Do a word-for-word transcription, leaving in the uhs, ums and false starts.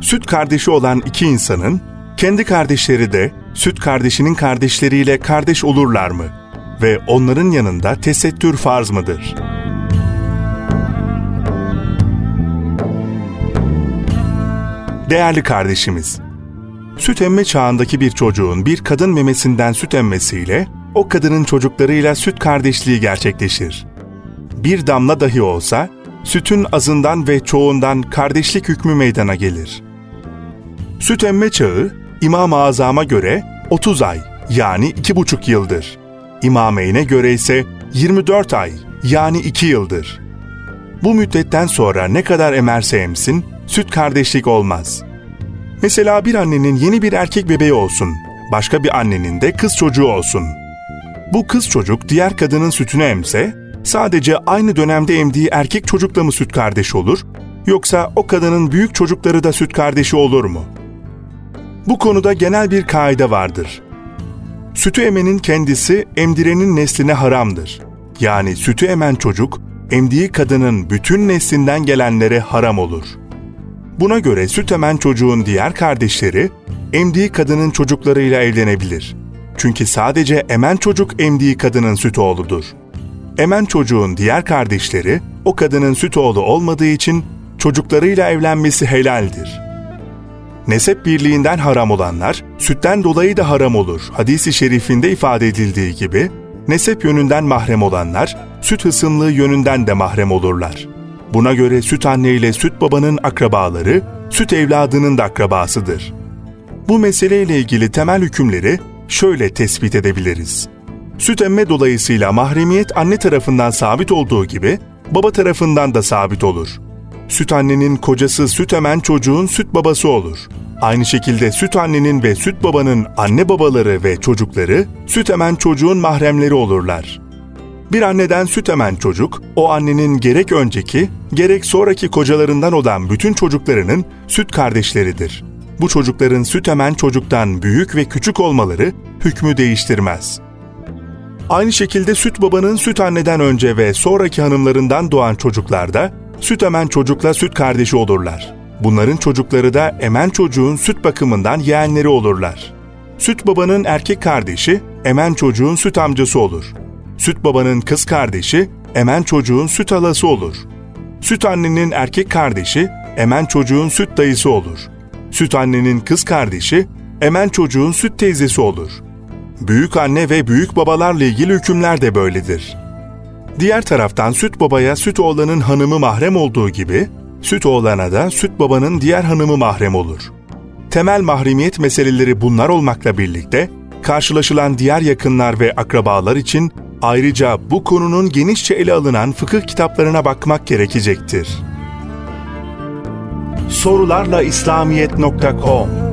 süt kardeşi olan iki insanın, kendi kardeşleri de süt kardeşinin kardeşleriyle kardeş olurlar mı? Ve onların yanında tesettür farz mıdır? Değerli kardeşimiz, süt emme çağındaki bir çocuğun bir kadın memesinden süt emmesiyle, o kadının çocuklarıyla süt kardeşliği gerçekleşir. Bir damla dahi olsa, sütün azından ve çoğundan kardeşlik hükmü meydana gelir. Süt emme çağı, İmam-ı Azam'a göre otuz ay, yani iki buçuk yıldır. İmameyn'e göre ise yirmi dört ay, yani iki yıldır. Bu müddetten sonra ne kadar emerse emsin, süt kardeşlik olmaz. Mesela bir annenin yeni bir erkek bebeği olsun, başka bir annenin de kız çocuğu olsun. Bu kız çocuk diğer kadının sütünü emse, sadece aynı dönemde emdiği erkek çocukla mı süt kardeşi olur, yoksa o kadının büyük çocukları da süt kardeşi olur mu? Bu konuda genel bir kaide vardır. Sütü emenin kendisi emdirenin nesline haramdır. Yani sütü emen çocuk, emdiği kadının bütün neslinden gelenlere haram olur. Buna göre süt emen çocuğun diğer kardeşleri, emdiği kadının çocuklarıyla evlenebilir. Çünkü sadece emen çocuk emdiği kadının süt oğludur. Emen çocuğun diğer kardeşleri, o kadının süt oğlu olmadığı için çocuklarıyla evlenmesi helaldir. Nesep birliğinden haram olanlar, sütten dolayı da haram olur. Hadis-i şerifinde ifade edildiği gibi, nesep yönünden mahrem olanlar, süt hısımlığı yönünden de mahrem olurlar. Buna göre süt anne ile süt babanın akrabaları, süt evladının da akrabasıdır. Bu meseleyle ilgili temel hükümleri şöyle tespit edebiliriz. Süt emme dolayısıyla mahremiyet anne tarafından sabit olduğu gibi, baba tarafından da sabit olur. Süt annenin kocası süt emen çocuğun süt babası olur. Aynı şekilde süt annenin ve süt babanın anne babaları ve çocukları, süt emen çocuğun mahremleri olurlar. Bir anneden süt emen çocuk, o annenin gerek önceki, gerek sonraki kocalarından olan bütün çocuklarının süt kardeşleridir. Bu çocukların süt emen çocuktan büyük ve küçük olmaları hükmü değiştirmez. Aynı şekilde süt babanın süt anneden önce ve sonraki hanımlarından doğan çocuklar da süt emen çocukla süt kardeşi olurlar. Bunların çocukları da emen çocuğun süt bakımından yeğenleri olurlar. Süt babanın erkek kardeşi, emen çocuğun süt amcası olur. Süt babanın kız kardeşi, emen çocuğun süt halası olur. Süt annenin erkek kardeşi, emen çocuğun süt dayısı olur. Süt annenin kız kardeşi, emen çocuğun süt teyzesi olur. Büyük anne ve büyük babalarla ilgili hükümler de böyledir. Diğer taraftan süt babaya süt oğlanın hanımı mahrem olduğu gibi, süt oğlana da süt babanın diğer hanımı mahrem olur. Temel mahremiyet meseleleri bunlar olmakla birlikte, karşılaşılan diğer yakınlar ve akrabalar için ayrıca bu konunun genişçe ele alınan fıkıh kitaplarına bakmak gerekecektir. sorularla islamiyet nokta com